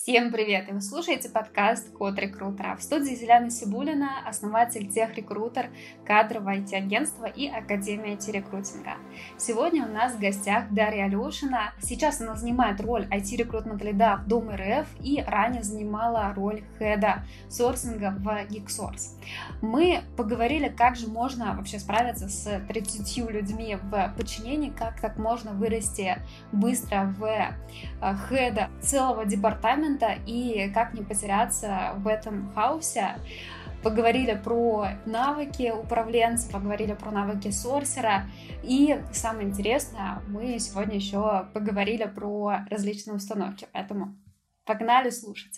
Всем привет! И вы слушаете подкаст «Код рекрутера». В студии Зеляна Сибулина, основатель Техрекрутер, кадровое IT-агентство и Академия IT-рекрутинга. Сегодня у нас в гостях Дарья Алешина. Сейчас она занимает роль IT-рекрутмент-лида в Дом.РФ и ранее занимала роль хеда сорсинга в GeekSource. Мы поговорили, как же можно вообще справиться с 30 людьми в подчинении, как так можно вырасти быстро в хеда целого департамента и как не потеряться в этом хаосе. Поговорили про навыки управленца, поговорили про навыки сорсера. И самое интересное, мы сегодня еще поговорили про различные установки. Поэтому погнали слушать.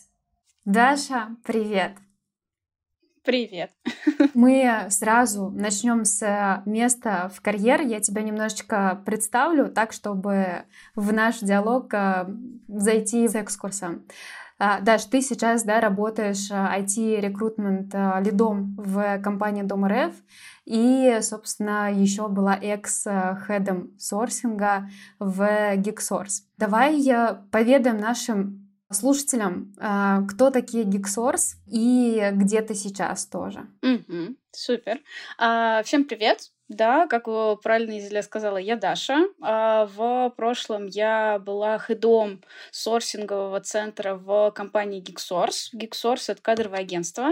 Даша, привет! Привет! Мы сразу начнем с места в карьере. Я тебя немножечко представлю так, чтобы в наш диалог зайти с экскурсом. Даш, ты сейчас работаешь IT-рекрутмент лидом в компании Дом.РФ и, собственно, еще была экс-хедом сорсинга в GeekSource. Давай поведаем нашим слушателям, кто такие GeekSource и где ты сейчас тоже. Супер. Всем привет. Да, как правильно Изеля сказала, я Даша. В прошлом я была хедом сорсингового центра в компании GeekSource. GeekSource — это кадровое агентство,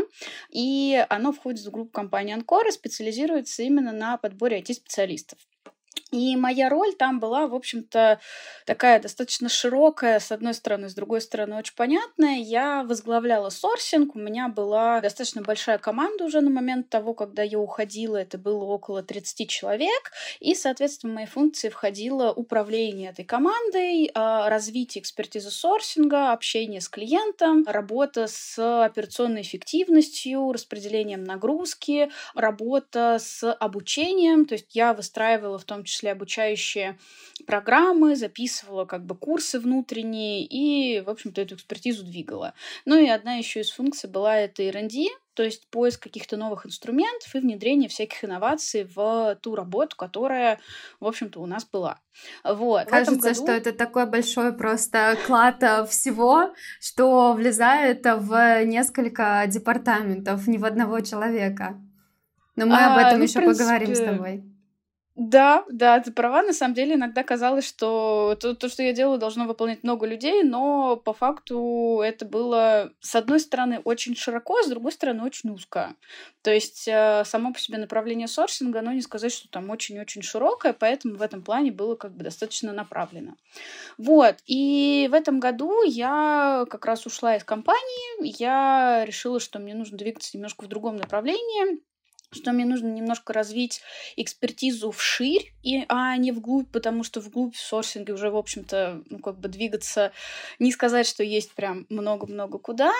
и оно входит в группу компании Анкор и специализируется именно на подборе IT-специалистов. И моя роль там была, в общем-то, такая достаточно широкая, с одной стороны, с другой стороны, очень понятная. Я возглавляла сорсинг, у меня была достаточно большая команда уже на момент того, когда я уходила, это было около 30 человек, и, соответственно, в мои функции входило управление этой командой, развитие экспертизы сорсинга, общение с клиентом, работа с операционной эффективностью, распределением нагрузки, работа с обучением, то есть я выстраивала в том числе обучающие программы, записывала курсы внутренние и, в общем-то, эту экспертизу двигала. Ну и одна еще из функций была это R&D, то есть поиск каких-то новых инструментов и внедрение всяких инноваций в ту работу, которая, в общем-то, у нас была. Вот. Кажется, что это такой большой просто клад всего, что влезает в несколько департаментов, не в одного человека. Но мы об этом еще поговорим с тобой. Да, ты права. На самом деле иногда казалось, что то, что я делаю, должно выполнять много людей, но по факту это было, с одной стороны, очень широко, а с другой стороны, очень узко. То есть само по себе направление сорсинга, не сказать, что там очень-очень широкое, поэтому в этом плане было достаточно направлено. Вот. И в этом году я как раз ушла из компании, я решила, что мне нужно двигаться немножко в другом направлении, что мне нужно немножко развить экспертизу вширь, а не вглубь, потому что вглубь в сорсинге уже, в общем-то, двигаться, не сказать, что есть прям много-много куда.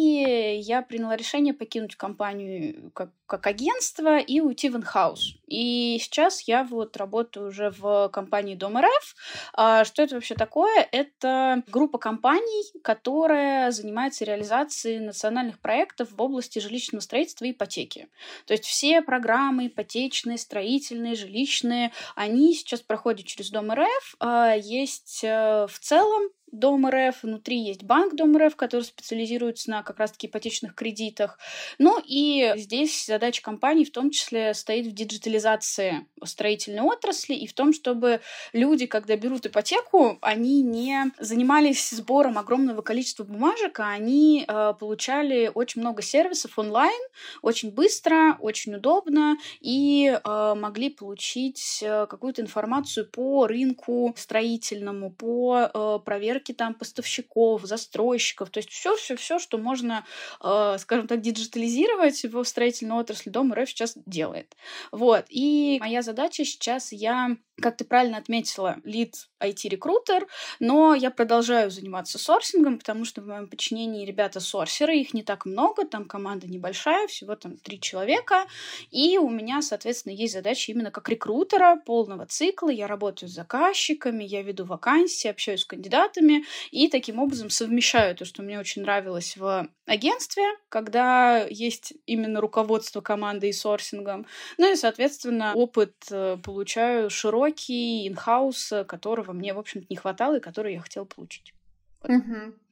И я приняла решение покинуть компанию как агентство и уйти в инхаус. И сейчас я работаю уже в компании Дом.РФ. Что это вообще такое? Это группа компаний, которая занимается реализацией национальных проектов в области жилищного строительства и ипотеки. То есть все программы ипотечные, строительные, жилищные, они сейчас проходят через Дом.РФ. Есть в целом Дом.РФ, внутри есть банк Дом.РФ, который специализируется на как раз-таки ипотечных кредитах. Ну и здесь задача компании в том числе стоит в диджитализации строительной отрасли и в том, чтобы люди, когда берут ипотеку, они не занимались сбором огромного количества бумажек, а они получали очень много сервисов онлайн, очень быстро, очень удобно и могли получить какую-то информацию по рынку строительному, по проверке поставщиков, застройщиков, то есть все, что можно, скажем так, диджитализировать в строительной отрасли, Дом.РФ сейчас делает. Вот. И моя задача сейчас, как ты правильно отметила, лид IT-рекрутер, но я продолжаю заниматься сорсингом, потому что в моем подчинении ребята-сорсеры, их не так много, там команда небольшая, всего 3 человека, и у меня, соответственно, есть задача именно как рекрутера полного цикла, я работаю с заказчиками, я веду вакансии, общаюсь с кандидатами, и таким образом совмещаю то, что мне очень нравилось в агентстве, когда есть именно руководство командой и сорсингом, ну и, соответственно, опыт получаю широкий, инхаус, которого мне, в общем-то, не хватало и который я хотела получить. Угу.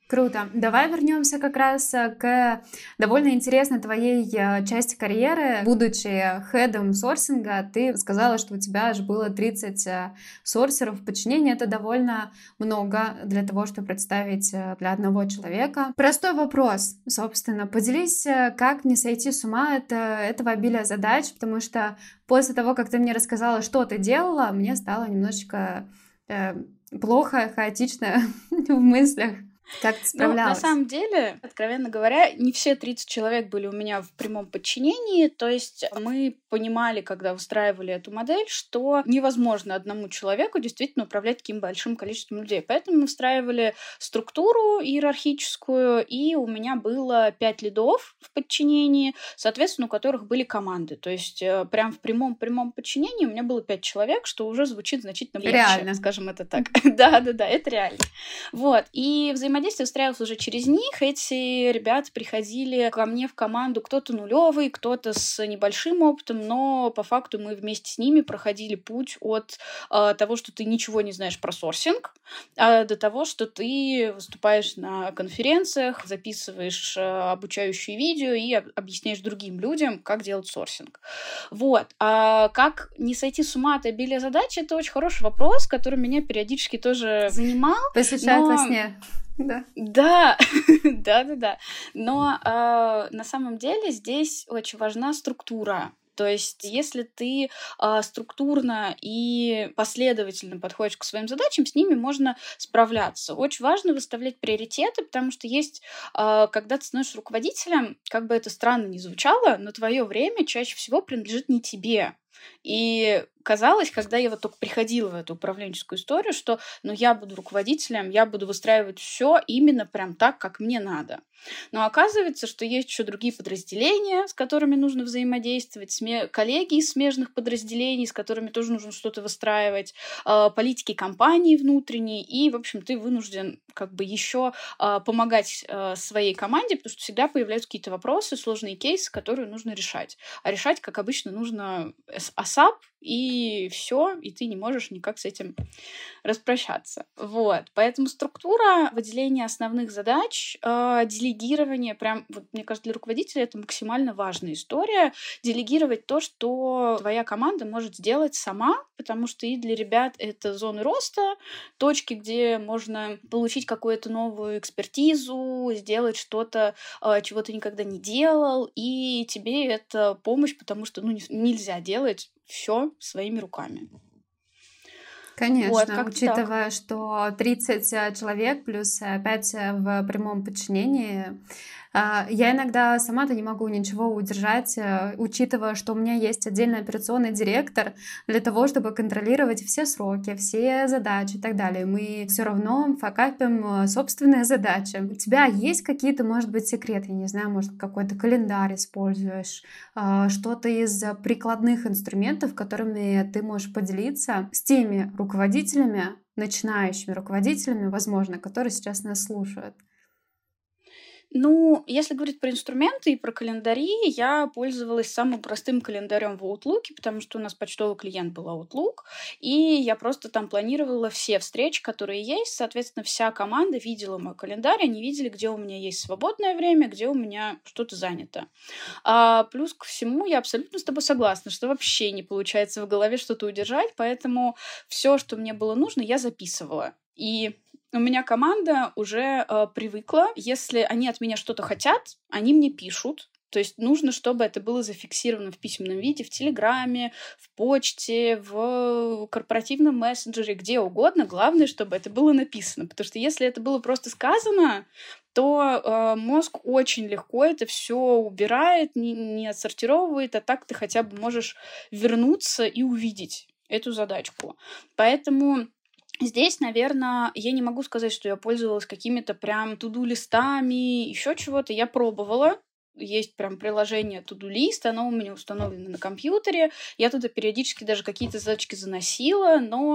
Круто. Давай вернемся как раз к довольно интересной твоей части карьеры. Будучи хедом сорсинга, ты сказала, что у тебя аж было 30 сорсеров в подчинении. Это довольно много для того, чтобы представить для одного человека. Простой вопрос, собственно. Поделись, как не сойти с ума от этого обилия задач, потому что после того, как ты мне рассказала, что ты делала, мне стало немножечко плохо, хаотично в мыслях. Как ты Ну, на справлялась? самом деле, откровенно говоря, не все 30 человек были у меня в прямом подчинении. То есть мы понимали, когда выстраивали эту модель, что невозможно одному человеку действительно управлять таким большим количеством людей. Поэтому мы выстраивали структуру иерархическую, и у меня было 5 лидов в подчинении, соответственно, у которых были команды. То есть прям в прямом подчинении у меня было 5 человек, что уже звучит значительно легче, Реально. скажем это так. Да, это реально. Вот. И взаимодействие устраивалось уже через них. Эти ребята приходили ко мне в команду, кто-то нулевый, кто-то с небольшим опытом, но по факту мы вместе с ними проходили путь от того, что ты ничего не знаешь про сорсинг, до того, что ты выступаешь на конференциях, записываешь обучающие видео и объясняешь другим людям, как делать сорсинг. Вот. А как не сойти с ума от обилия задач, это очень хороший вопрос, который меня периодически тоже занимал. Посвящают во сне. Да. Да. Но на самом деле здесь очень важна структура. То есть, если ты структурно и последовательно подходишь к своим задачам, с ними можно справляться. Очень важно выставлять приоритеты, потому что есть, когда ты становишься руководителем, как бы это странно ни звучало, но твое время чаще всего принадлежит не тебе. И казалось, когда я вот только приходила в эту управленческую историю, что я буду руководителем, я буду выстраивать все именно прям так, как мне надо. Но оказывается, что есть еще другие подразделения, с которыми нужно взаимодействовать, коллеги из смежных подразделений, с которыми тоже нужно что-то выстраивать, политики компании внутренней, и, в общем, ты вынужден как бы еще помогать своей команде, потому что всегда появляются какие-то вопросы, сложные кейсы, которые нужно решать. А решать, как обычно, нужно ASAP, и все, и ты не можешь никак с этим распрощаться. Вот. Поэтому структура, выделение основных задач, делегирование, прям, вот, мне кажется, для руководителя это максимально важная история. Делегировать то, что твоя команда может сделать сама, потому что и для ребят это зоны роста, точки, где можно получить какую-то новую экспертизу, сделать что-то, чего ты никогда не делал, и тебе это помощь, потому что нельзя делать все своими руками. Конечно, учитывая, что 30 человек плюс 5 в прямом подчинении, я иногда сама-то не могу ничего удержать, учитывая, что у меня есть отдельный операционный директор для того, чтобы контролировать все сроки, все задачи и так далее. Мы все равно факапим собственные задачи. У тебя есть какие-то, может быть, секреты? Я не знаю, может, какой-то календарь используешь, что-то из прикладных инструментов, которыми ты можешь поделиться с теми руководителями, начинающими руководителями, возможно, которые сейчас нас слушают. Если говорить про инструменты и про календари, я пользовалась самым простым календарем в Outlook, потому что у нас почтовый клиент был Outlook, и я просто там планировала все встречи, которые есть. Соответственно, вся команда видела мой календарь, они видели, где у меня есть свободное время, где у меня что-то занято. Плюс ко всему, я абсолютно с тобой согласна, что вообще не получается в голове что-то удержать, поэтому все, что мне было нужно, я записывала. И у меня команда уже привыкла. Если они от меня что-то хотят, они мне пишут. То есть нужно, чтобы это было зафиксировано в письменном виде, в Телеграме, в почте, в корпоративном мессенджере, где угодно. Главное, чтобы это было написано. Потому что если это было просто сказано, то мозг очень легко это все убирает, не отсортировывает, а так ты хотя бы можешь вернуться и увидеть эту задачку. Поэтому здесь, наверное, я не могу сказать, что я пользовалась какими-то прям туду-листами, еще чего-то. Я пробовала. Есть прям приложение To-Do-List, оно у меня установлено на компьютере. Я туда периодически даже какие-то задачки заносила, но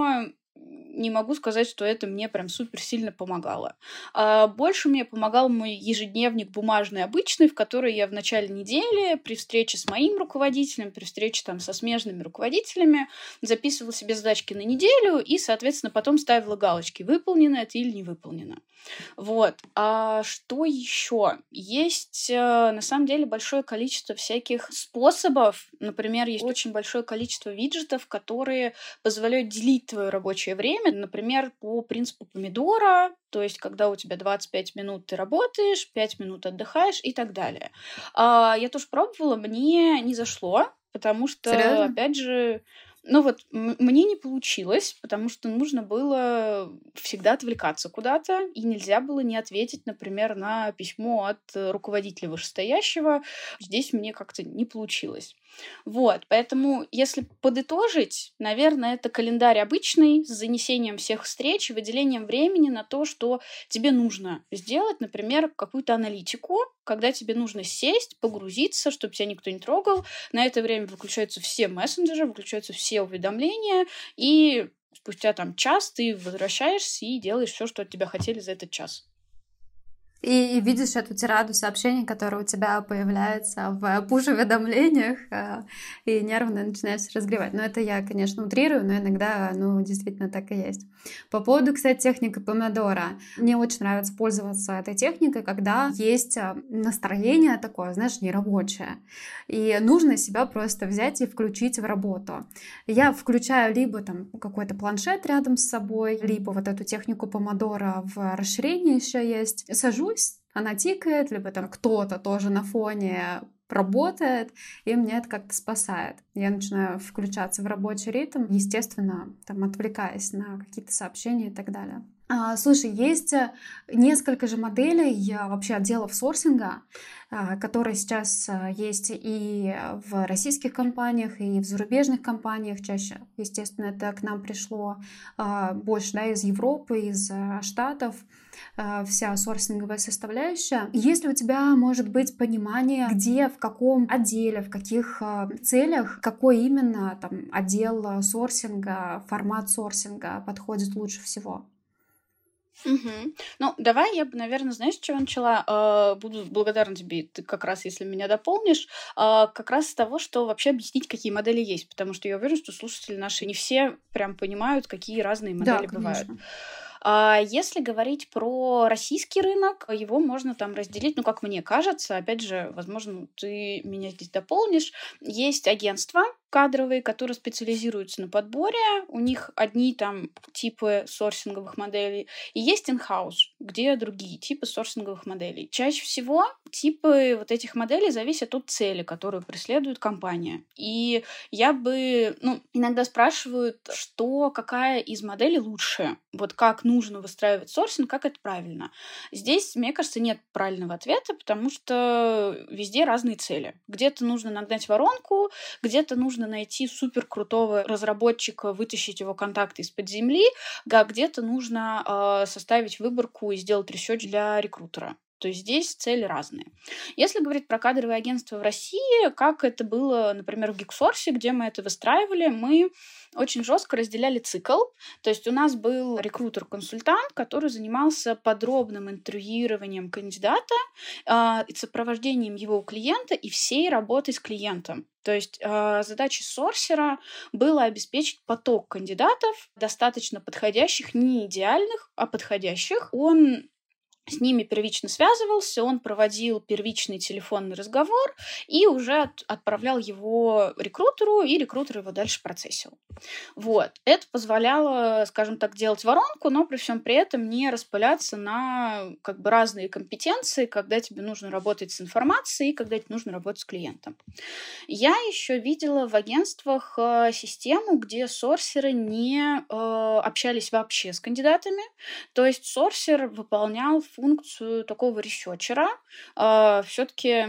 не могу сказать, что это мне прям супер сильно помогало. Больше мне помогал мой ежедневник бумажный, обычный, в который я в начале недели при встрече с моим руководителем, при встрече там со смежными руководителями записывала себе задачки на неделю и, соответственно, потом ставила галочки, выполнено это или не выполнено. Вот. А что еще? Есть, на самом деле, большое количество всяких способов. Например, есть очень большое количество виджетов, которые позволяют делить твое рабочее время. Например, по принципу помидора, то есть когда у тебя 25 минут ты работаешь, 5 минут отдыхаешь и так далее. Я тоже пробовала, мне не зашло, потому что, Серьезно? опять же, мне не получилось, потому что нужно было всегда отвлекаться куда-то, и нельзя было не ответить, например, на письмо от руководителя вышестоящего. Здесь мне как-то не получилось. Вот, поэтому, если подытожить, наверное, это календарь обычный с занесением всех встреч и выделением времени на то, что тебе нужно сделать, например, какую-то аналитику, когда тебе нужно сесть, погрузиться, чтобы тебя никто не трогал. На это время выключаются все мессенджеры, выключаются все уведомления, и спустя там час ты возвращаешься и делаешь все, что от тебя хотели за этот час. И видишь эту тираду сообщений, которые у тебя появляются в пуш-уведомлениях, и нервно начинаешь разгревать. Но это я, конечно, утрирую, но иногда, действительно так и есть. По поводу, кстати, техники помодоро. Мне очень нравится пользоваться этой техникой, когда есть настроение такое, знаешь, нерабочее. И нужно себя просто взять и включить в работу. Я включаю либо там какой-то планшет рядом с собой, либо вот эту технику помодоро в расширении еще есть. Сажусь, она тикает, либо там кто-то тоже на фоне работает, и мне это как-то спасает. Я начинаю включаться в рабочий ритм, естественно, там отвлекаясь на какие-то сообщения и так далее. Слушай, есть несколько же моделей вообще отделов сорсинга, которые сейчас есть и в российских компаниях, и в зарубежных компаниях чаще. Естественно, это к нам пришло больше, да, из Европы, из Штатов, вся сорсинговая составляющая. Есть ли у тебя, может быть, понимание, где, в каком отделе, в каких целях, какой именно там отдел сорсинга, формат сорсинга подходит лучше всего? Давай я бы, наверное, знаешь, с чего начала? Буду благодарна тебе, ты как раз, если меня дополнишь, как раз с того, что вообще объяснить, какие модели есть, потому что я уверена, что слушатели наши не все прям понимают, какие разные модели бывают. Конечно. Если говорить про российский рынок, его можно там разделить, как мне кажется, опять же, возможно, ты меня здесь дополнишь. Есть агентства кадровые, которые специализируются на подборе, у них одни там типы сорсинговых моделей, и есть in-house, где другие типы сорсинговых моделей. Чаще всего типы вот этих моделей зависят от цели, которую преследует компания. И я бы, иногда спрашивают, какая из моделей лучше, вот как нужно выстраивать сорсинг, как это правильно. Здесь, мне кажется, нет правильного ответа, потому что везде разные цели. Где-то нужно нагнать воронку, где-то нужно найти супер крутого разработчика, вытащить его контакты из-под земли, а где-то нужно составить выборку и сделать ресерч для рекрутера. То есть здесь цели разные. Если говорить про кадровые агентства в России, как это было, например, в Geeksource, где мы это выстраивали, мы очень жестко разделяли цикл. То есть у нас был рекрутер-консультант, который занимался подробным интервьюированием кандидата и сопровождением его у клиента и всей работой с клиентом. То есть задачей сорсера было обеспечить поток кандидатов, достаточно подходящих, не идеальных, а подходящих. Он с ними первично связывался, он проводил первичный телефонный разговор и уже отправлял его рекрутеру, и рекрутер его дальше процессил. Вот. Это позволяло, скажем так, делать воронку, но при всем при этом не распыляться на разные компетенции, когда тебе нужно работать с информацией и когда тебе нужно работать с клиентом. Я еще видела в агентствах систему, где сорсеры не общались вообще с кандидатами. То есть сорсер выполнял функцию такого ресерчера. Все-таки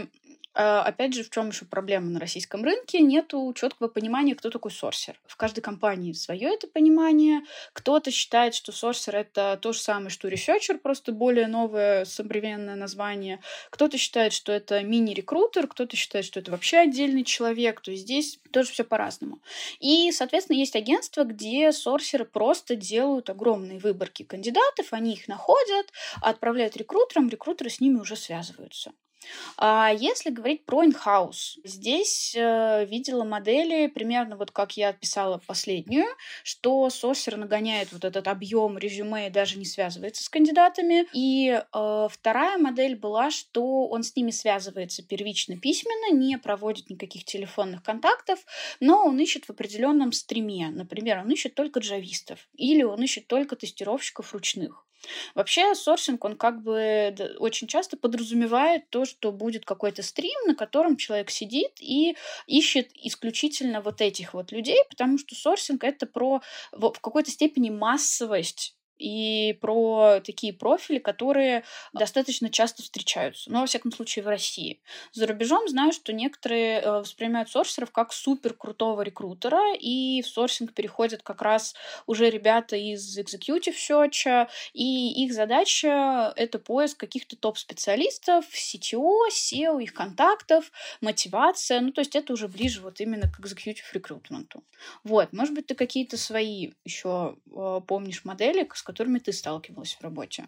Опять же, в чем еще проблема на российском рынке? Нету четкого понимания, кто такой сорсер. В каждой компании свое это понимание. Кто-то считает, что сорсер — это то же самое, что ресерчер, просто более новое современное название. Кто-то считает, что это мини-рекрутер, кто-то считает, что это вообще отдельный человек. То есть здесь тоже все по-разному. И, соответственно, есть агентства, где сорсеры просто делают огромные выборки кандидатов, они их находят, отправляют рекрутерам, рекрутеры с ними уже связываются. А если говорить про in-house, здесь видела модели примерно вот как я описала последнюю, что сорсер нагоняет вот этот объем резюме и даже не связывается с кандидатами. И вторая модель была, что он с ними связывается первично письменно, не проводит никаких телефонных контактов, но он ищет в определенном стриме. Например, он ищет только джавистов или он ищет только тестировщиков ручных. Вообще, сорсинг, он как бы очень часто подразумевает то, что будет какой-то стрим, на котором человек сидит и ищет исключительно вот этих вот людей, потому что сорсинг — это про в какой-то степени массовость и про такие профили, которые достаточно часто встречаются. Но, во всяком случае, в России. За рубежом знаю, что некоторые воспринимают сорсеров как супер крутого рекрутера, и в сорсинг переходят как раз уже ребята из Executive Search, и их задача — это поиск каких-то топ-специалистов, CTO, SEO, их контактов, мотивация. Ну, то есть это уже ближе вот именно к Executive рекрутменту. Вот, может быть, ты какие-то свои еще помнишь модели, с которыми ты сталкивалась в работе?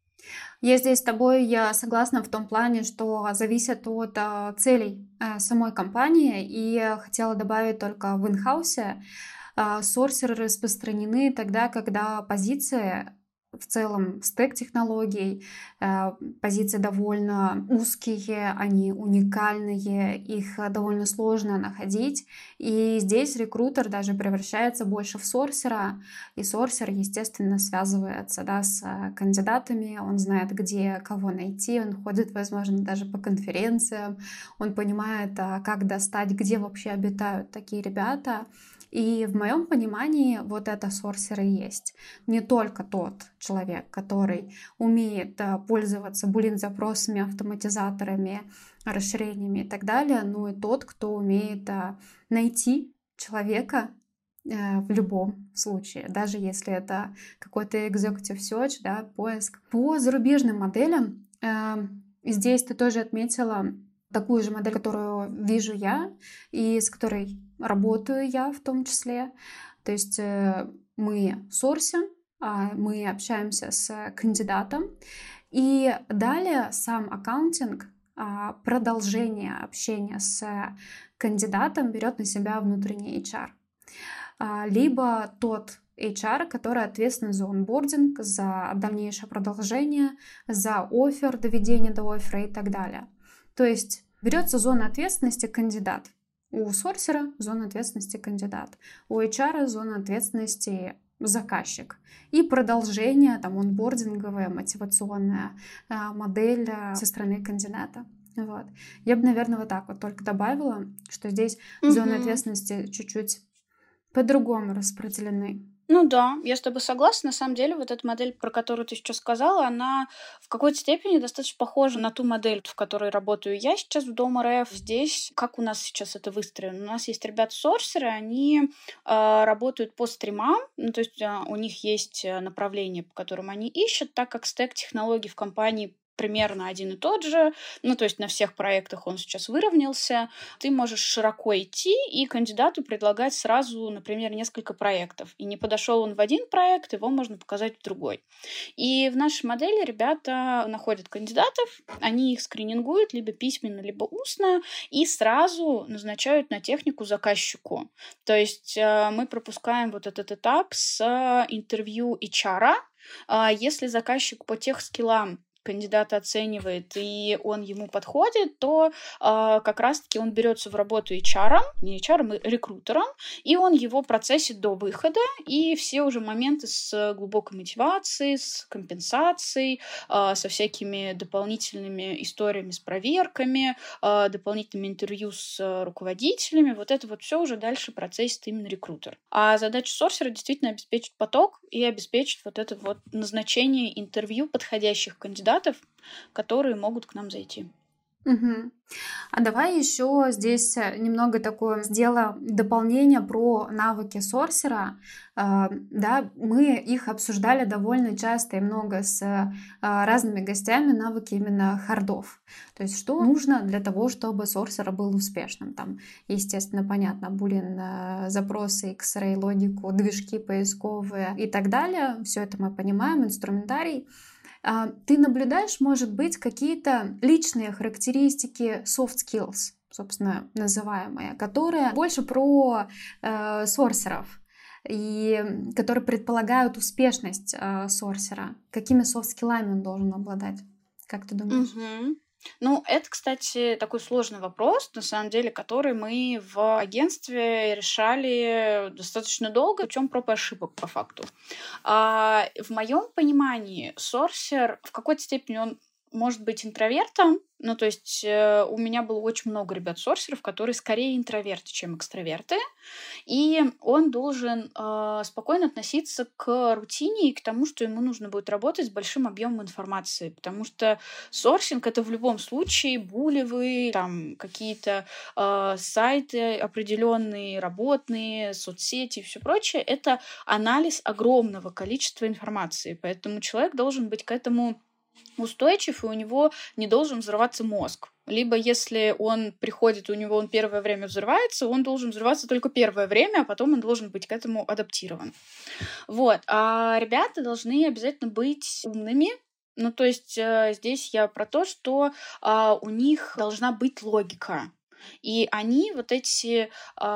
Я здесь с тобой согласна в том плане, что зависит от целей самой компании. И хотела добавить только в инхаусе сорсеры распространены тогда, когда позиции в целом стек технологий, позиции довольно узкие, они уникальные, их довольно сложно находить. И здесь рекрутер даже превращается больше в сорсера, и сорсер, естественно, связывается, да, с кандидатами, он знает, где кого найти, он ходит, возможно, даже по конференциям, он понимает, как достать, где вообще обитают такие ребята. И в моем понимании вот это сорсеры есть. Не только тот человек, который умеет пользоваться булин-запросами, автоматизаторами, расширениями и так далее, но и тот, кто умеет найти человека в любом случае, даже если это какой-то executive search, да, поиск. По зарубежным моделям здесь ты тоже отметила такую же модель, которую вижу я и с которой работаю я в том числе. То есть мы сорсим, мы общаемся с кандидатом, и далее сам аккаунтинг, продолжение общения с кандидатом берет на себя внутренний HR. Либо тот HR, который ответственен за онбординг, за дальнейшее продолжение, за оффер, доведение до оффера и так далее. То есть берется зона ответственности кандидат. У сорсера зона ответственности кандидат. У HR зона ответственности заказчик. И продолжение, там, онбординговая, мотивационная модель со стороны кандидата. Вот. Я бы, наверное, вот так вот только добавила, что здесь зоны ответственности чуть-чуть по-другому распределены. Ну да, я с тобой согласна. На самом деле, вот эта модель, про которую ты сейчас сказала, она в какой-то степени достаточно похожа на ту модель, в которой работаю я сейчас в Дом.РФ. Здесь, как у нас сейчас это выстроено? У нас есть ребята-сорсеры, они работают по стримам, ну, то есть у них есть направление, по которым они ищут, так как стек технологий в компании примерно один и тот же, ну, то есть на всех проектах он сейчас выровнялся. Ты можешь широко идти и кандидату предлагать сразу, например, несколько проектов. И не подошел он в один проект, его можно показать в другой. И в нашей модели ребята находят кандидатов, они их скринингуют либо письменно, либо устно, и сразу назначают на технику заказчику. То есть мы пропускаем вот этот этап с интервью HR. Если заказчик по тех скиллам кандидата оценивает, и он ему подходит, то как раз-таки он берется в работу HR, не HR, а рекрутером, и он его процессит до выхода, и все уже моменты с глубокой мотивацией, с компенсацией, со всякими дополнительными историями с проверками, дополнительными интервью с руководителями, вот это вот все уже дальше процессит именно рекрутер. А задача сорсера действительно обеспечить поток и обеспечить вот это вот назначение интервью подходящих кандидатов, которые могут к нам зайти. Угу. А давай еще здесь немного такое сделаем дополнение про навыки сорсера. Да, мы их обсуждали довольно часто и много с разными гостями, навыки именно хардов. То есть что нужно для того, чтобы сорсер был успешным. Там, естественно, понятно, булин, запросы, X-ray, логику, движки поисковые и так далее. Все это мы понимаем, инструментарий. Ты наблюдаешь, может быть, какие-то личные характеристики soft skills, собственно, называемые, которые больше про сорсеров и которые предполагают успешность сорсера. Какими софт-скиллами он должен обладать? Как ты думаешь? Ну, это, кстати, такой сложный вопрос, на самом деле, который мы в агентстве решали достаточно долго, путем проб и ошибок по факту. В моем понимании, сорсер в какой-то степени он может быть интровертом. Ну, то есть у меня было очень много ребят-сорсеров, которые скорее интроверты, чем экстраверты. И он должен спокойно относиться к рутине и к тому, что ему нужно будет работать с большим объемом информации. Потому что сорсинг — это в любом случае булевые, там какие-то сайты определенные, работные, соцсети и все прочее. Это анализ огромного количества информации. Поэтому человек должен быть к этому устойчив, и у него не должен взрываться мозг. Либо если он приходит, у него он первое время взрывается, он должен взрываться только первое время, а потом он должен быть к этому адаптирован. Вот. А ребята должны обязательно быть умными. Ну, то есть здесь я про то, что у них должна быть логика. И они вот эти,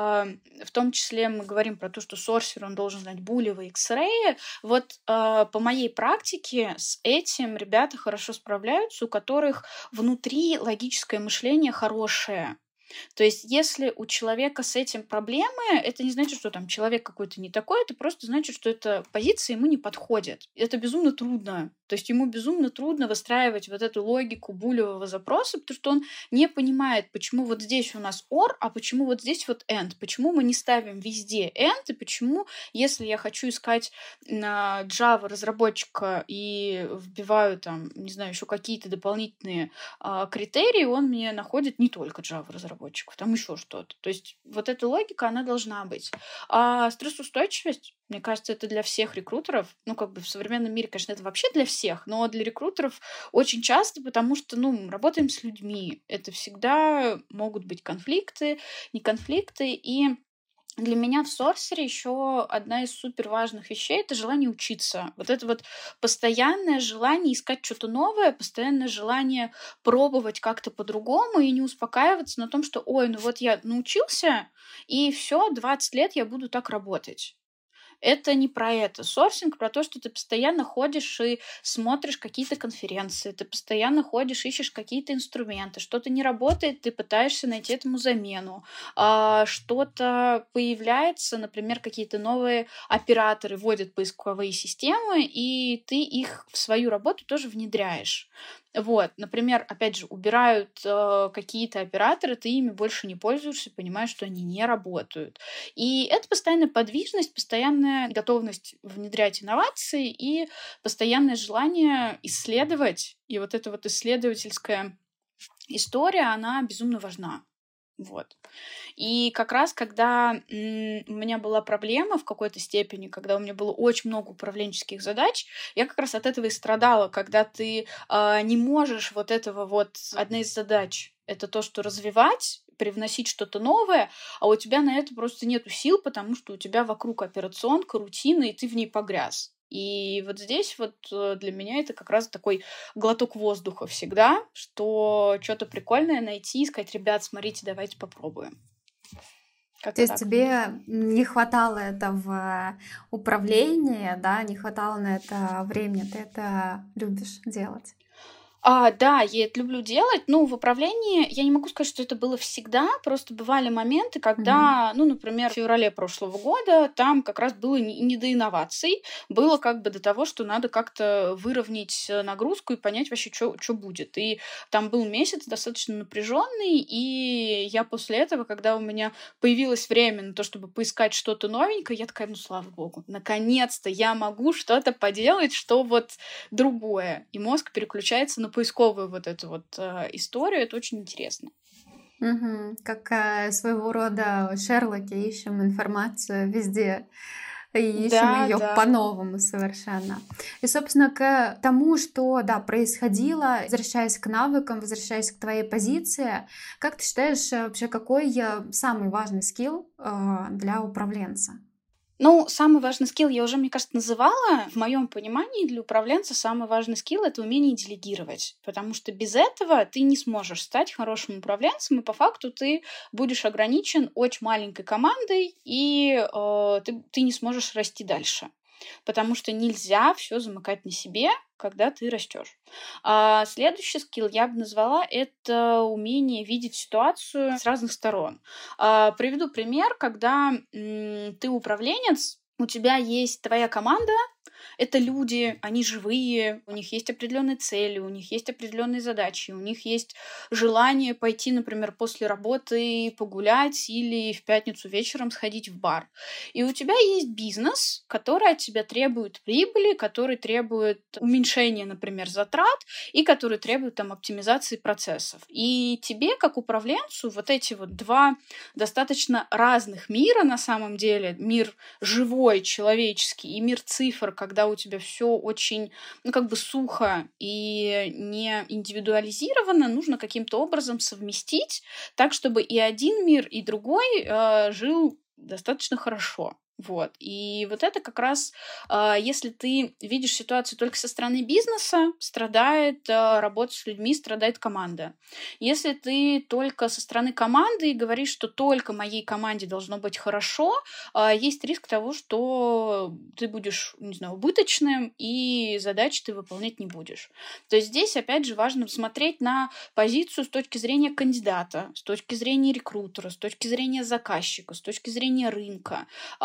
в том числе мы говорим про то, что сорсер, он должен знать булевые, X-ray. Вот по моей практике с этим ребята хорошо справляются, у которых внутри логическое мышление хорошее. То есть, если у человека с этим проблемы, это не значит, что там человек какой-то не такой, это просто значит, что эта позиция ему не подходит. Это безумно трудно. То есть ему безумно трудно выстраивать вот эту логику булевого запроса, потому что он не понимает, почему вот здесь у нас OR, а почему вот здесь вот AND. Почему мы не ставим везде AND, и почему, если я хочу искать на Java разработчика и вбиваю там, не знаю, еще какие-то дополнительные критерии, он мне находит не только Java разработчиков, там еще что-то. То есть вот эта логика, она должна быть. А стрессоустойчивость, мне кажется, это для всех рекрутеров. Ну, как бы в современном мире, конечно, это вообще для всех, но для рекрутеров очень часто, потому что, ну, работаем с людьми. Это всегда могут быть конфликты, не конфликты. И для меня в сорсере еще одна из супер важных вещей — это желание учиться. Вот это вот постоянное желание искать что-то новое, постоянное желание пробовать как-то по-другому и не успокаиваться на том, что, ой, ну вот я научился, и все, 20 лет я буду так работать. Это не про это. Сорсинг про то, что ты постоянно ходишь и смотришь какие-то конференции, ты постоянно ходишь, ищешь какие-то инструменты, что-то не работает, ты пытаешься найти этому замену, что-то появляется, например, какие-то новые операторы вводят поисковые системы, и ты их в свою работу тоже внедряешь. Вот, например, опять же, убирают какие-то операторы, ты ими больше не пользуешься, понимаешь, что они не работают. И это постоянная подвижность, постоянная готовность внедрять инновации и постоянное желание исследовать. И вот эта вот исследовательская история, она безумно важна. Вот. И как раз, когда у меня была проблема в какой-то степени, когда у меня было очень много управленческих задач, я как раз от этого и страдала, когда ты не можешь вот этого вот... Одна из задач — это то, что развивать, привносить что-то новое, а у тебя на это просто нету сил, потому что у тебя вокруг операционка, рутина, и ты в ней погряз. И вот здесь вот для меня это как раз такой глоток воздуха всегда, что что-то прикольное найти, сказать: ребят, смотрите, давайте попробуем. То есть тебе не хватало это в управлении, да, не хватало на это времени, ты это любишь делать? Да, я это люблю делать. Ну, в управлении я не могу сказать, что это было всегда. Просто бывали моменты, когда, ну, например, в феврале прошлого года там как раз было не до инноваций. Было как бы до того, что надо как-то выровнять нагрузку и понять вообще, что будет. И там был месяц достаточно напряженный, и я после этого, когда у меня появилось время на то, чтобы поискать что-то новенькое, я такая: ну, слава богу, наконец-то я могу что-то поделать, что вот другое. И мозг переключается на поисковую вот эту вот историю. Это очень интересно. Как своего рода Шерлоки, ищем информацию везде и ищем Да, ее да. по-новому совершенно. И, собственно, к тому, что, да, происходило, возвращаясь к навыкам, возвращаясь к твоей позиции, как ты считаешь, вообще, какой самый важный скилл для управленца? Ну, самый важный скилл я уже, мне кажется, называла. В моем понимании для управленца самый важный скилл — это умение делегировать. Потому что без этого ты не сможешь стать хорошим управленцем, и по факту ты будешь ограничен очень маленькой командой, и ты не сможешь расти дальше. Потому что нельзя все замыкать на себе, когда ты растешь. А следующий скилл я бы назвала — это умение видеть ситуацию с разных сторон. Приведу пример, когда ты управленец, у тебя есть твоя команда, это люди, они живые, у них есть определенные цели, у них есть определенные задачи, у них есть желание пойти, например, после работы погулять или в пятницу вечером сходить в бар. И у тебя есть бизнес, который от тебя требует прибыли, который требует уменьшения, например, затрат и который требует там оптимизации процессов. И тебе, как управленцу, вот эти вот два достаточно разных мира на самом деле, мир живой, человеческий, и мир цифр, когда у тебя все очень, ну, как бы сухо и не индивидуализировано, нужно каким-то образом совместить так, чтобы и один мир, и другой жил достаточно хорошо. Вот. И вот это как раз, если ты видишь ситуацию только со стороны бизнеса, страдает работа с людьми, страдает команда. Если ты только со стороны команды и говоришь, что только моей команде должно быть хорошо, есть риск того, что ты будешь, не знаю, убыточным, и задачи ты выполнять не будешь. То есть здесь, опять же, важно смотреть на позицию с точки зрения кандидата, с точки зрения рекрутера, с точки зрения заказчика, с точки зрения рынка,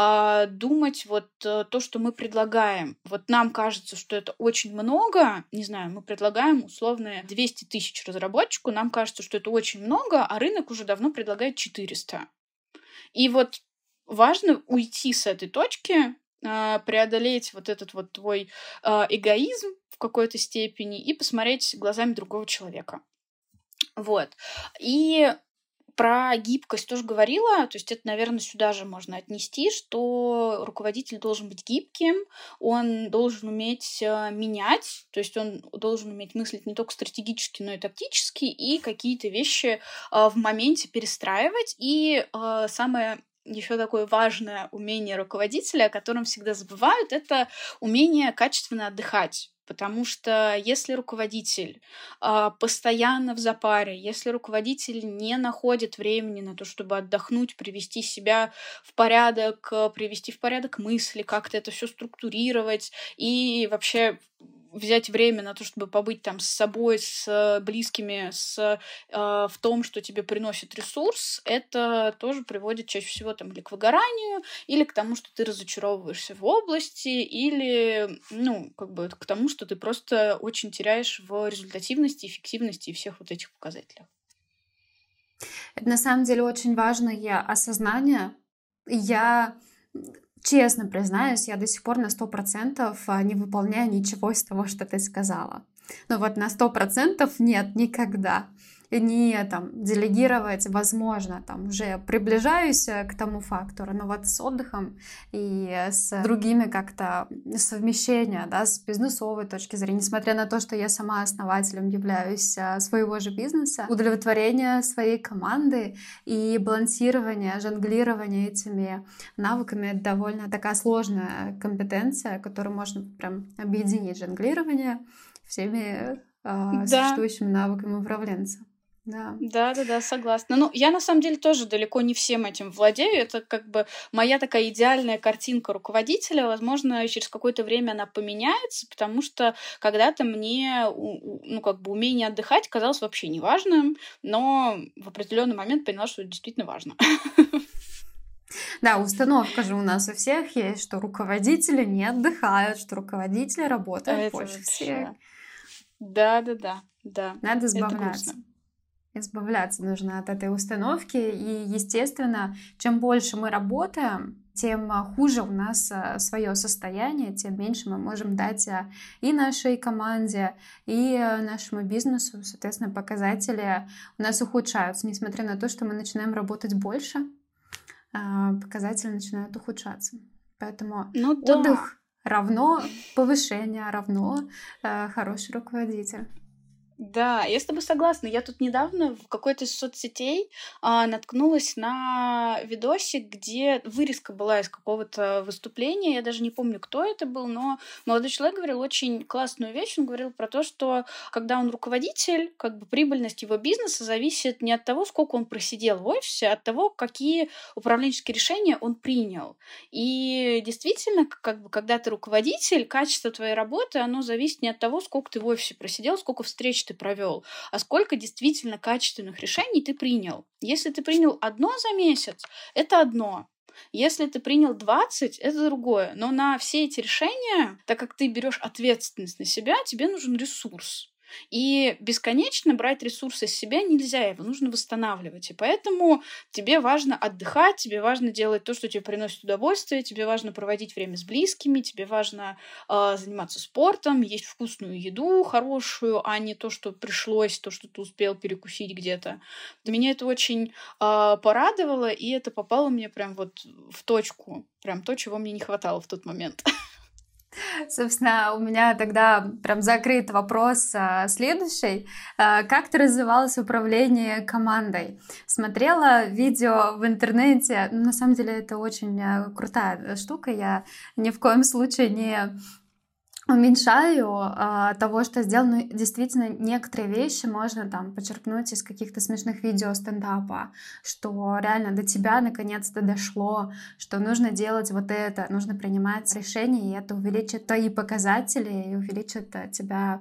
думать вот то, что мы предлагаем. Вот нам кажется, что это очень много, не знаю, мы предлагаем условно 200 тысяч разработчику, нам кажется, что это очень много, а рынок уже давно предлагает 400. И вот важно уйти с этой точки, преодолеть вот этот вот твой эгоизм в какой-то степени и посмотреть глазами другого человека. Вот. И про гибкость тоже говорила, то есть это, наверное, сюда же можно отнести, что руководитель должен быть гибким, он должен уметь менять, то есть он должен уметь мыслить не только стратегически, но и тактически, и какие-то вещи в моменте перестраивать. И самое еще такое важное умение руководителя, о котором всегда забывают, это умение качественно отдыхать. Потому что если руководитель постоянно в запаре, если руководитель не находит времени на то, чтобы отдохнуть, привести себя в порядок, привести в порядок мысли, как-то это все структурировать и вообще взять время на то, чтобы побыть там с собой, с близкими, в том, что тебе приносит ресурс, это тоже приводит чаще всего там или к выгоранию, или к тому, что ты разочаровываешься в области, или, ну, как бы к тому, что ты просто очень теряешь в результативности, эффективности и всех вот этих показателях. Это на самом деле очень важное осознание. Я честно признаюсь, я до сих пор на 100% не выполняю ничего из того, что ты сказала. Но вот на 100% нет, никогда. Не там делегировать, возможно, там уже приближаюсь к тому фактору, но вот с отдыхом и с другими как-то совмещения, да, с бизнесовой точки зрения, несмотря на то, что я сама основателем являюсь своего же бизнеса, удовлетворение своей команды и балансирование, жонглирование этими навыками — это довольно такая сложная компетенция, которую можно прям объединить, жонглирование всеми существующими навыками управленца. Да, согласна. Ну, я на самом деле тоже далеко не всем этим владею. Это как бы моя такая идеальная картинка руководителя. Возможно, через какое-то время она поменяется, потому что когда-то мне, ну, как бы умение отдыхать казалось вообще неважным, но в определенный момент поняла, что это действительно важно. Да, установка же у нас у всех есть, что руководители не отдыхают, что руководители работают больше всех. Да. Надо избавляться нужно от этой установки. И, естественно, чем больше мы работаем, тем хуже у нас свое состояние, тем меньше мы можем дать и нашей команде, и нашему бизнесу. Соответственно, показатели у нас ухудшаются. Несмотря на то, что мы начинаем работать больше, показатели начинают ухудшаться. Поэтому отдых равно повышение, равно хороший руководитель. Да, я с тобой согласна. Я тут недавно в какой-то из соцсетей наткнулась на видосик, где вырезка была из какого-то выступления. Я даже не помню, кто это был, но молодой человек говорил очень классную вещь. Он говорил про то, что когда он руководитель, как бы прибыльность его бизнеса зависит не от того, сколько он просидел в офисе, а от того, какие управленческие решения он принял. И действительно, как бы, когда ты руководитель, качество твоей работы, оно зависит не от того, сколько ты в офисе просидел, сколько встреч ты провел, а сколько действительно качественных решений ты принял. Если ты принял одно за месяц, это одно. Если ты принял 20, это другое. Но на все эти решения, так как ты берешь ответственность на себя, тебе нужен ресурс. И бесконечно брать ресурсы из себя нельзя, его нужно восстанавливать. И поэтому тебе важно отдыхать, тебе важно делать то, что тебе приносит удовольствие, тебе важно проводить время с близкими, тебе важно заниматься спортом, есть вкусную еду хорошую, а не то, что пришлось, то, что ты успел перекусить где-то. Меня это очень порадовало, и это попало мне прям вот в точку, прям то, чего мне не хватало в тот момент. Собственно, у меня тогда прям закрыт вопрос следующий. Как ты развивалась в управлении командой? Смотрела видео в интернете. На самом деле это очень крутая штука. Я ни в коем случае не уменьшаю того, что сделано. Действительно, некоторые вещи можно там почерпнуть из каких-то смешных видео стендапа, что реально до тебя наконец-то дошло, что нужно делать вот это, нужно принимать решения, и это увеличит твои показатели и увеличит тебя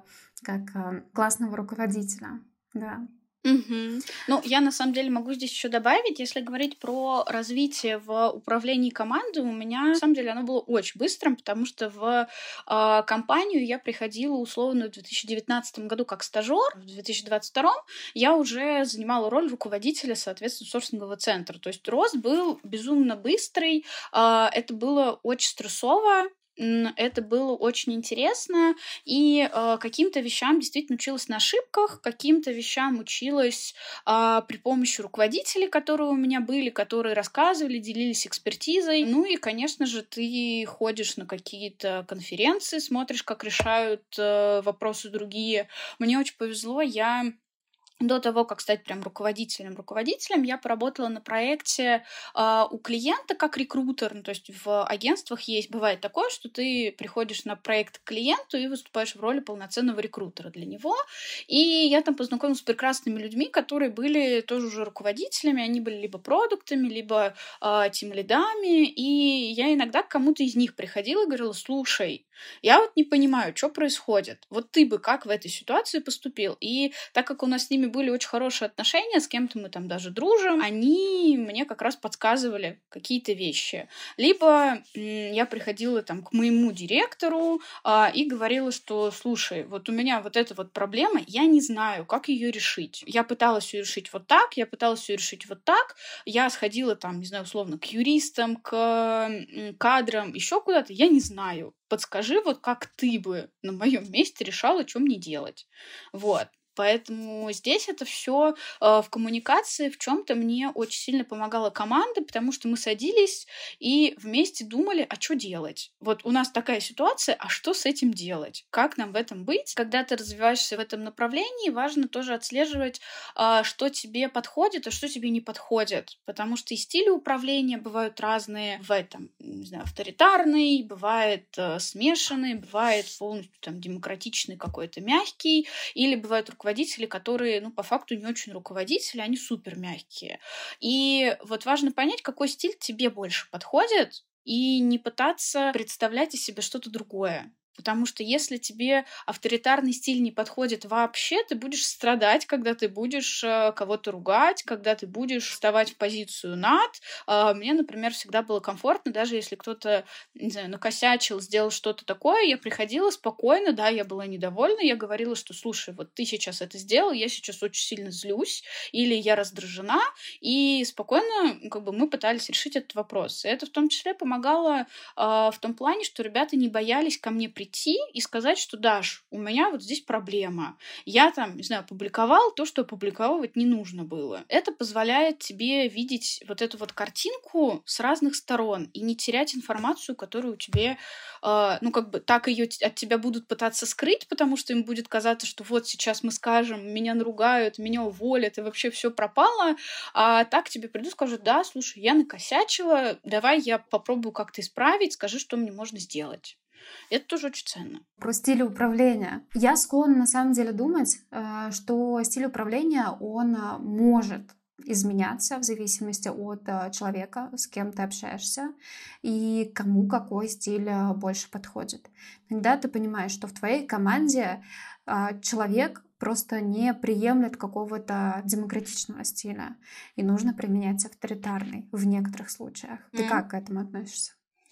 как классного руководителя. Да. Угу. Ну, я на самом деле могу здесь еще добавить, если говорить про развитие в управлении командой, у меня на самом деле оно было очень быстрым, потому что в компанию я приходила условно в 2019 году как стажер, в 2022 я уже занимала роль руководителя, соответственно, сорсингового центра. То есть рост был безумно быстрый, это было очень стрессово. Это было очень интересно, и каким-то вещам действительно училась на ошибках, каким-то вещам училась при помощи руководителей, которые у меня были, которые рассказывали, делились экспертизой. Ну и, конечно же, ты ходишь на какие-то конференции, смотришь, как решают вопросы другие. Мне очень повезло, я до того, как стать прям руководителем, я поработала на проекте у клиента как рекрутер. Ну, то есть в агентствах бывает такое, что ты приходишь на проект к клиенту и выступаешь в роли полноценного рекрутера для него. И я там познакомилась с прекрасными людьми, которые были тоже уже руководителями. Они были либо продуктами, либо тимлидами. И я иногда к кому-то из них приходила и говорила: слушай, я вот не понимаю, что происходит. Вот ты бы как в этой ситуации поступил? И так как у нас с ними были очень хорошие отношения, с кем-то мы там даже дружим, они мне как раз подсказывали какие-то вещи. Либо я приходила там к моему директору и говорила, что слушай, вот у меня вот эта вот проблема, я не знаю, как ее решить. Я пыталась ее решить вот так, я пыталась ее решить вот так, я сходила там, не знаю, условно, к юристам, к кадрам, еще куда-то, я не знаю. Подскажи, вот как ты бы на моем месте решала, что мне делать. Вот. Поэтому здесь это все в коммуникации в чем-то мне очень сильно помогала команда, потому что мы садились и вместе думали, а что делать. Вот у нас такая ситуация, а что с этим делать? Как нам в этом быть? Когда ты развиваешься в этом направлении, важно тоже отслеживать, что тебе подходит, а что тебе не подходит. Потому что и стили управления бывают разные. Бывает там, не знаю, авторитарный, бывает смешанный, бывает полностью там демократичный какой-то мягкий, или бывают руководители, которые, ну, по факту не очень руководители, они супер мягкие. И вот важно понять, какой стиль тебе больше подходит, и не пытаться представлять из себя что-то другое. Потому что если тебе авторитарный стиль не подходит вообще, ты будешь страдать, когда ты будешь кого-то ругать, когда ты будешь вставать в позицию над. Мне, например, всегда было комфортно, даже если кто-то, не знаю, накосячил, сделал что-то такое, я приходила спокойно, да, я была недовольна, я говорила, что, слушай, вот ты сейчас это сделал, я сейчас очень сильно злюсь, или я раздражена, и спокойно как бы мы пытались решить этот вопрос. И это в том числе помогало в том плане, что ребята не боялись ко мне прийти и сказать, что, Даш, у меня вот здесь проблема. Я там, не знаю, опубликовал то, что опубликовывать не нужно было. Это позволяет тебе видеть вот эту вот картинку с разных сторон и не терять информацию, которую у тебя, ну, как бы так ее от тебя будут пытаться скрыть, потому что им будет казаться, что вот сейчас мы скажем, меня наругают, меня уволят, и вообще все пропало. А так тебе придут, скажут, да, слушай, я накосячила, давай я попробую как-то исправить, скажи, что мне можно сделать. Это тоже очень ценно. Про стиль управления. Я склонна на самом деле думать, что стиль управления, он может изменяться в зависимости от человека, с кем ты общаешься, и кому какой стиль больше подходит. Иногда ты понимаешь, что в твоей команде человек просто не приемлет какого-то демократичного стиля, и нужно применять авторитарный в некоторых случаях. Ты как к этому относишься?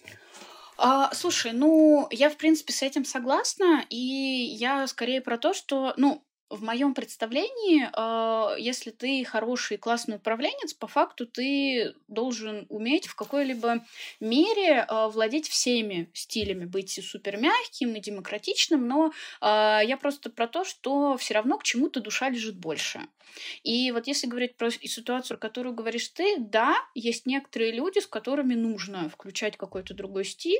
Слушай, ну, я, в принципе, с этим согласна, и я скорее про то, что, ну, в моем представлении, если ты хороший классный управленец, по факту ты должен уметь в какой-либо мере владеть всеми стилями, быть и супер мягким, и демократичным, но я просто про то, что все равно к чему-то душа лежит больше. И вот если говорить про ситуацию, которую говоришь ты, да, есть некоторые люди, с которыми нужно включать какой-то другой стиль,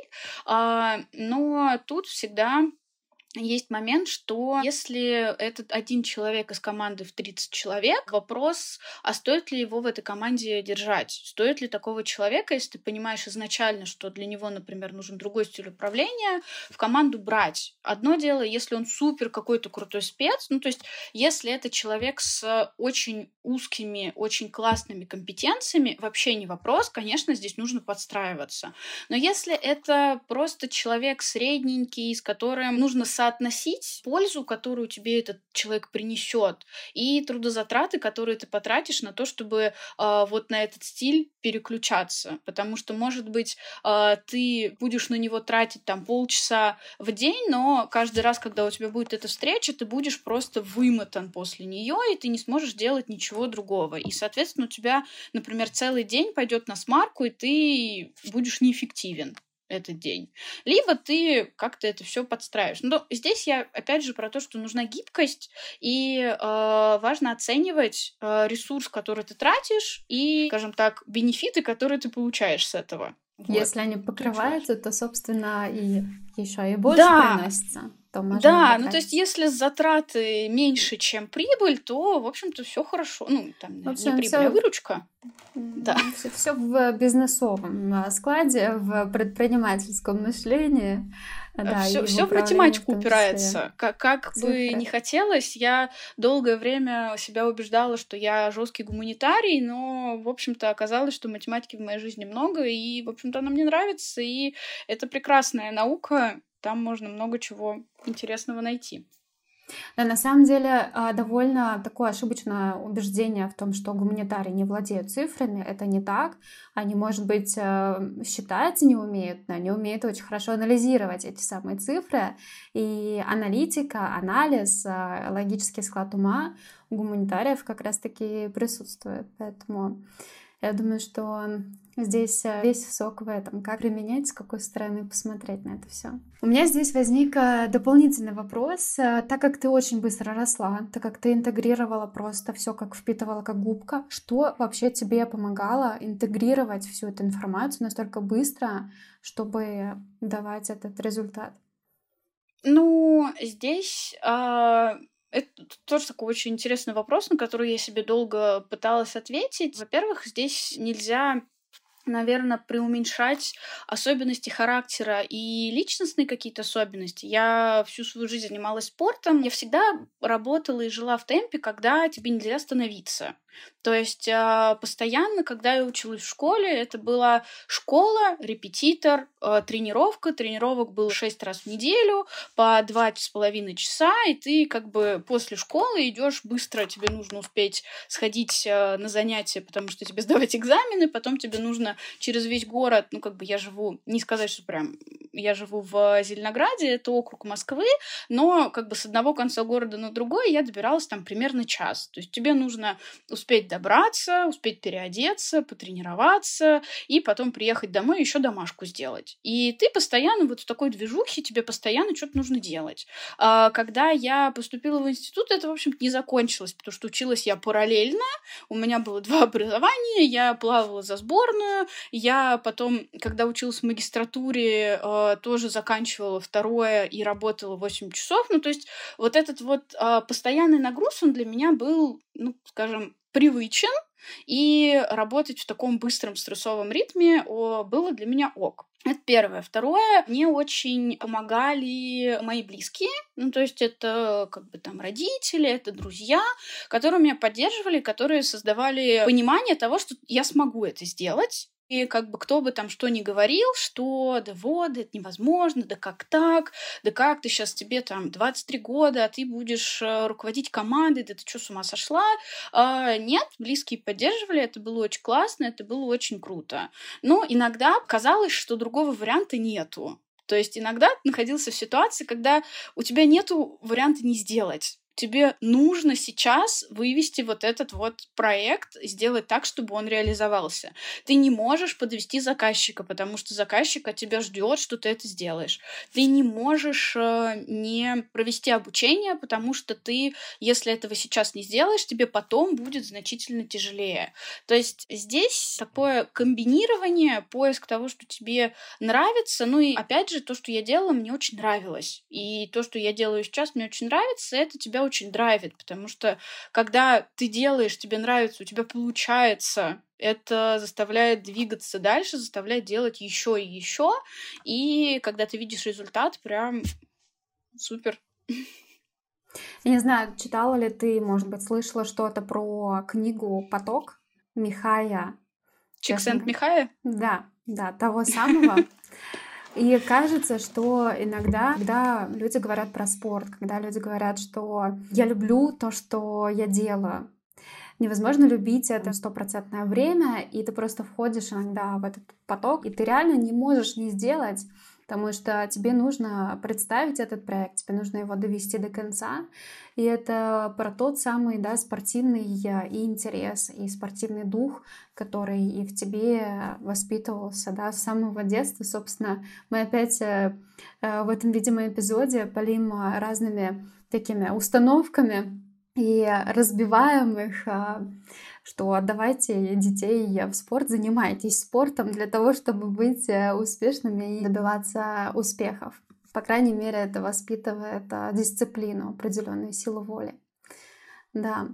но тут всегда есть момент, что если этот один человек из команды в 30 человек, вопрос, а стоит ли его в этой команде держать? Стоит ли такого человека, если ты понимаешь изначально, что для него, например, нужен другой стиль управления, в команду брать? Одно дело, если он супер какой-то крутой спец, ну то есть если это человек с очень узкими, очень классными компетенциями, вообще не вопрос, конечно, здесь нужно подстраиваться. Но если это просто человек средненький, с которым нужно соотносить пользу, которую тебе этот человек принесет, и трудозатраты, которые ты потратишь на то, чтобы вот на этот стиль переключаться. Потому что, может быть, ты будешь на него тратить там полчаса в день, но каждый раз, когда у тебя будет эта встреча, ты будешь просто вымотан после нее, и ты не сможешь делать ничего другого. И, соответственно, у тебя, например, целый день пойдет на смарку, и ты будешь неэффективен этот день. Либо ты как-то это все подстраиваешь. Но здесь я опять же про то, что нужна гибкость, и важно оценивать ресурс, который ты тратишь, и, скажем так, бенефиты, которые ты получаешь с этого. Если они покрываются, то, собственно, и еще и больше приносится. Да, ну то есть если затраты меньше, чем прибыль, то, в общем-то, все хорошо. Ну, там не прибыль, а выручка. Да. Все в бизнесовом складе, в предпринимательском мышлении. Да, все в математику упирается. Как бы не хотелось, я долгое время себя убеждала, что я жесткий гуманитарий, но, в общем-то, оказалось, что математики в моей жизни много, и, в общем-то, она мне нравится, и это прекрасная наука, там можно много чего интересного найти. Да, на самом деле довольно такое ошибочное убеждение в том, что гуманитарии не владеют цифрами. Это не так. Они, может быть, считать не умеют, но они умеют очень хорошо анализировать эти самые цифры. И аналитика, анализ, логический склад ума у гуманитариев как раз-таки присутствует. Поэтому я думаю, что здесь весь сок в этом. Как применять, с какой стороны посмотреть на это все. У меня здесь возник дополнительный вопрос. Так как ты очень быстро росла, так как ты интегрировала просто все, как впитывала, как губка, что вообще тебе помогало интегрировать всю эту информацию настолько быстро, чтобы давать этот результат? Ну, здесь... Это тоже такой очень интересный вопрос, на который я себе долго пыталась ответить. Во-первых, здесь нельзя наверное, преуменьшать особенности характера и личностные какие-то особенности. Я всю свою жизнь занималась спортом. Я всегда работала и жила в темпе, когда тебе нельзя остановиться. То есть постоянно, когда я училась в школе, это была школа, репетитор, тренировка. Тренировок было 6 раз в неделю по 2,5 часа, и ты как бы после школы идешь быстро, тебе нужно успеть сходить на занятия, потому что тебе сдавать экзамены, потом тебе нужно через весь город, ну как бы я живу, не сказать, что прям я живу в Зеленограде, это округ Москвы, но как бы с одного конца города на другой я добиралась там примерно час. То есть тебе нужно успеть добраться, успеть переодеться, потренироваться и потом приехать домой и еще домашку сделать. И ты постоянно вот в такой движухе, тебе постоянно что-то нужно делать. Когда я поступила в институт, это, в общем-то, не закончилось, потому что училась я параллельно, у меня было 2 образования, я плавала за сборную, я потом, когда училась в магистратуре, тоже заканчивала 2 и работала 8 часов. Ну, то есть вот этот вот постоянный нагруз, он для меня был, ну, скажем, привычен, и работать в таком быстром стрессовом ритме было для меня ок. Это первое. Второе, мне очень помогали мои близкие, ну, то есть это как бы там родители, это друзья, которые меня поддерживали, которые создавали понимание того, что я смогу это сделать. И как бы кто бы там что ни говорил, что да вот, да это невозможно, да как так, да как ты сейчас, тебе там 23 года, а ты будешь руководить командой, да ты что, с ума сошла? Нет, близкие поддерживали, это было очень классно, это было очень круто. Но иногда казалось, что другого варианта нету. То есть иногда ты находился в ситуации, когда у тебя нету варианта не сделать. Тебе нужно сейчас вывести вот этот вот проект, сделать так, чтобы он реализовался. Ты не можешь подвести заказчика, потому что заказчик от тебя ждет, что ты это сделаешь. Ты не можешь не провести обучение, потому что ты, если этого сейчас не сделаешь, тебе потом будет значительно тяжелее. То есть здесь такое комбинирование, поиск того, что тебе нравится. Ну и опять же, то, что я делала, мне очень нравилось. И то, что я делаю сейчас, мне очень нравится, это тебя очень драйвит, потому что когда ты делаешь, тебе нравится, у тебя получается, это заставляет двигаться дальше, заставляет делать еще и еще. И когда ты видишь результат, прям супер. Я не знаю, читала ли ты, может быть, слышала что-то про книгу «Поток» Михая. Чиксент-Михая? Да, того самого. И кажется, что иногда, когда люди говорят про спорт, когда люди говорят, что я люблю то, что я делаю, невозможно любить это 100% время, и ты просто входишь иногда в этот поток, и ты реально не можешь не сделать, потому что тебе нужно представить этот проект, тебе нужно его довести до конца. И это про тот самый, да, спортивный и интерес, и спортивный дух, который и в тебе воспитывался, да, с самого детства. Собственно, мы опять в этом, видимо, эпизоде палим разными такими установками и разбиваем их, что отдавайте детей в спорт, занимайтесь спортом для того, чтобы быть успешными и добиваться успехов. По крайней мере, это воспитывает дисциплину, определенную силу воли. Да.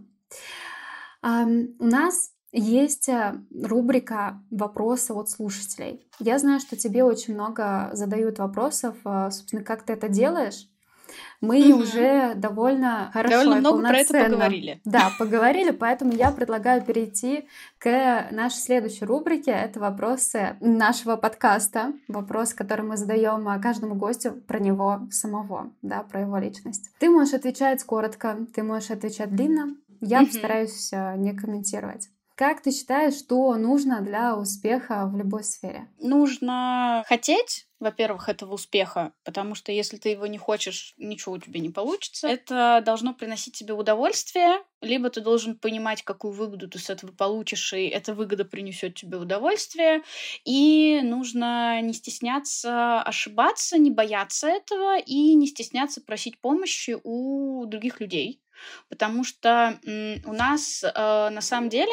У нас есть рубрика «Вопросы от слушателей». Я знаю, что тебе очень много задают вопросов, собственно, как ты это делаешь. Мы уже довольно хорошо довольно и много про это полноценно поговорили. Да, поговорили, поэтому я предлагаю перейти к нашей следующей рубрике. Это вопросы нашего подкаста. Вопрос, который мы задаем каждому гостю про него самого, да, про его личность. Ты можешь отвечать коротко, ты можешь отвечать длинно. Я постараюсь не комментировать. Как ты считаешь, что нужно для успеха в любой сфере? Нужно хотеть, во-первых, этого успеха, потому что если ты его не хочешь, ничего у тебя не получится. Это должно приносить тебе удовольствие, либо ты должен понимать, какую выгоду ты с этого получишь, и эта выгода принесет тебе удовольствие. И нужно не стесняться ошибаться, не бояться этого и не стесняться просить помощи у других людей. Потому что у нас на самом деле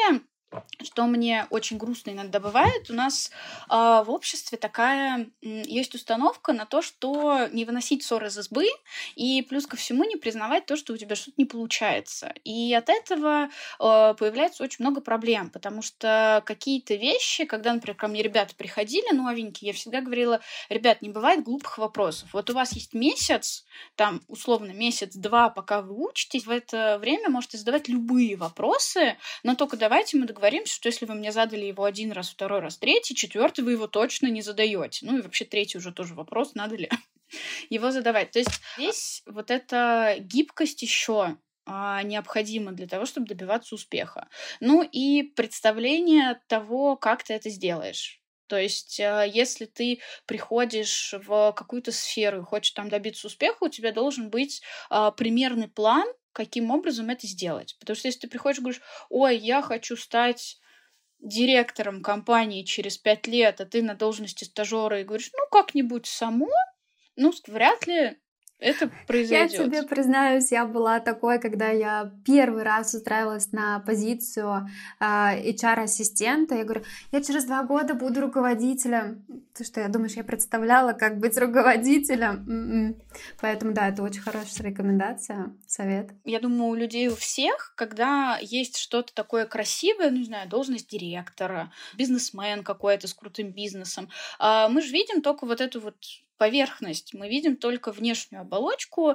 что мне очень грустно иногда бывает, у нас в обществе такая есть установка на то, что не выносить ссор из избы, и плюс ко всему не признавать то, что у тебя что-то не получается. И от этого появляется очень много проблем, потому что какие-то вещи, когда, например, ко мне ребята приходили новенькие, я всегда говорила: ребят, не бывает глупых вопросов. Вот у вас есть месяц, там, условно, месяц-два, пока вы учитесь, в это время можете задавать любые вопросы, но только давайте мы договоримся, что если вы мне задали его один раз, второй раз, третий, четвертый, вы его точно не задаете. Ну и вообще третий уже тоже вопрос, надо ли его задавать. То есть здесь вот эта гибкость еще необходима для того, чтобы добиваться успеха. Ну и представление того, как ты это сделаешь. То есть, если ты приходишь в какую-то сферу и хочешь там добиться успеха, у тебя должен быть примерный план, каким образом это сделать. Потому что если ты приходишь и говоришь: ой, я хочу стать директором компании через 5 лет, а ты на должности стажера и говоришь: ну, как-нибудь само, ну, вряд ли это Я тебе произойдет. признаюсь, я была такой, когда я первый раз устраивалась на позицию HR-ассистента. Я говорю: я через 2 года буду руководителем. Ты что, я думаешь, я представляла, как быть руководителем? Поэтому, да, это очень хорошая рекомендация, совет. Я думаю, у людей у всех, когда есть что-то такое красивое, ну, не знаю, должность директора, бизнесмен какой-то с крутым бизнесом, мы же видим только вот эту вот поверхность, мы видим только внешнюю оболочку,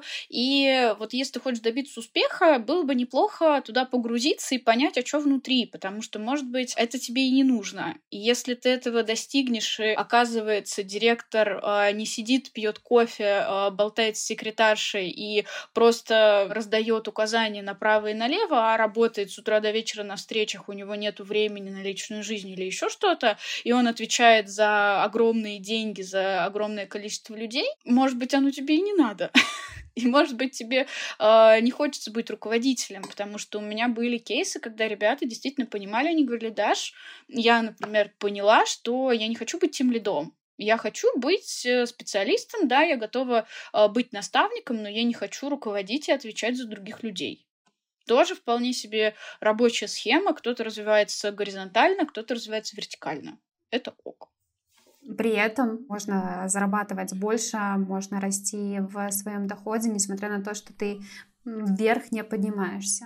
и вот если ты хочешь добиться успеха, было бы неплохо туда погрузиться и понять, а что внутри, потому что, может быть, это тебе и не нужно. И если ты этого достигнешь, и оказывается, директор не сидит, пьет кофе, болтает с секретаршей и просто раздает указания направо и налево, а работает с утра до вечера на встречах, у него нет времени на личную жизнь или еще что-то, и он отвечает за огромные деньги, за огромное количество людей, может быть, оно тебе и не надо. И, может быть, тебе не хочется быть руководителем, потому что у меня были кейсы, когда ребята действительно понимали, они говорили: Даш, я, например, поняла, что я не хочу быть тимлидом. Я хочу быть специалистом, да, я готова быть наставником, но я не хочу руководить и отвечать за других людей. Тоже вполне себе рабочая схема. Кто-то развивается горизонтально, кто-то развивается вертикально. Это ок. При этом можно зарабатывать больше, можно расти в своем доходе, несмотря на то, что ты вверх не поднимаешься.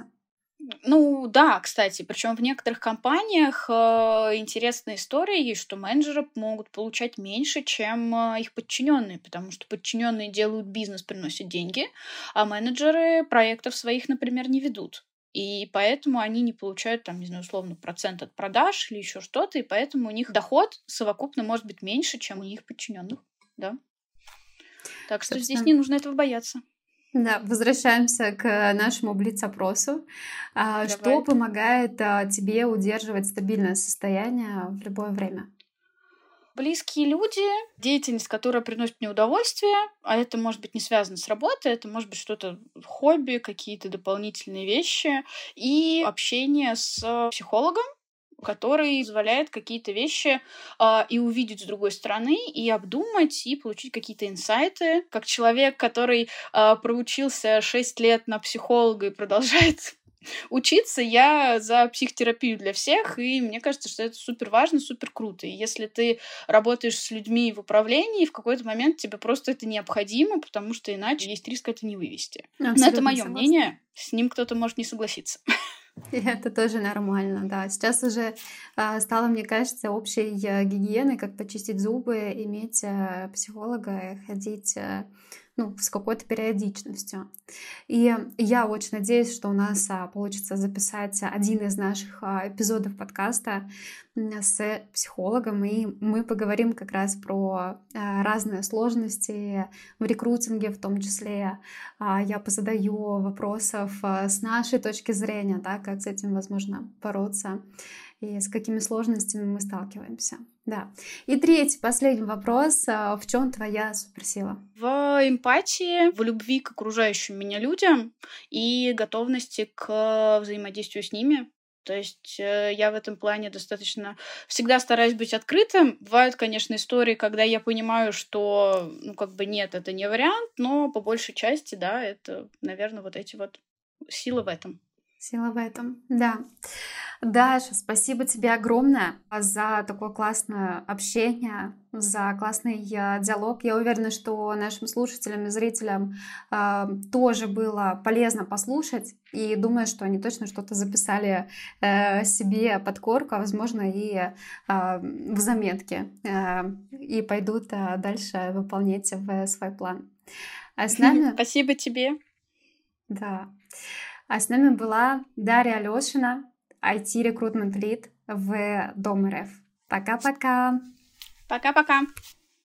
Ну да, кстати, причем в некоторых компаниях интересная история есть, что менеджеры могут получать меньше, чем их подчиненные, потому что подчиненные делают бизнес, приносят деньги, а менеджеры проектов своих, например, не ведут. И поэтому они не получают, там, не знаю, условно, процент от продаж или еще что-то, и поэтому у них доход совокупно может быть меньше, чем у их подчиненных. Да. Так что здесь не нужно этого бояться. Да, возвращаемся к нашему блиц-опросу. Что помогает тебе удерживать стабильное состояние в любое время? Близкие люди, деятельность, которая приносит мне удовольствие, а это может быть не связано с работой, это может быть что-то хобби, какие-то дополнительные вещи, и общение с психологом, который позволяет какие-то вещи и увидеть с другой стороны, и обдумать, и получить какие-то инсайты. Как человек, который проучился 6 лет на психолога и продолжает учиться, я за психотерапию для всех, и мне кажется, что это супер важно, супер круто. И если ты работаешь с людьми в управлении, в какой-то момент тебе просто это необходимо, потому что иначе есть риск это не вывести. Но это мое мнение, с ним кто-то может не согласиться. И это тоже нормально, да. Сейчас уже стало, мне кажется, общей гигиеной, как почистить зубы, иметь психолога, ходить с какой-то периодичностью. И я очень надеюсь, что у нас получится записать один из наших эпизодов подкаста с психологом, и мы поговорим как раз про разные сложности в рекрутинге, в том числе я позадаю вопросов с нашей точки зрения, да, как с этим возможно бороться и с какими сложностями мы сталкиваемся. Да. И третий, последний вопрос. В чем твоя суперсила? В эмпатии, в любви к окружающим меня людям и готовности к взаимодействию с ними. То есть я в этом плане достаточно всегда стараюсь быть открытым. Бывают, конечно, истории, когда я понимаю, что, нет, это не вариант, но по большей части, да, это, наверное, вот эти вот силы в этом. Сила в этом, да. Даша, спасибо тебе огромное за такое классное общение, за классный диалог. Я уверена, что нашим слушателям и зрителям тоже было полезно послушать. И думаю, что они точно что-то записали себе под корку, а возможно и в заметке. И пойдут дальше выполнять в свой план. А с нами... Спасибо тебе. Да. А с нами была Дарья Алешина, IT-рекрутмент лид в Дом.РФ. Пока-пока. Пока-пока.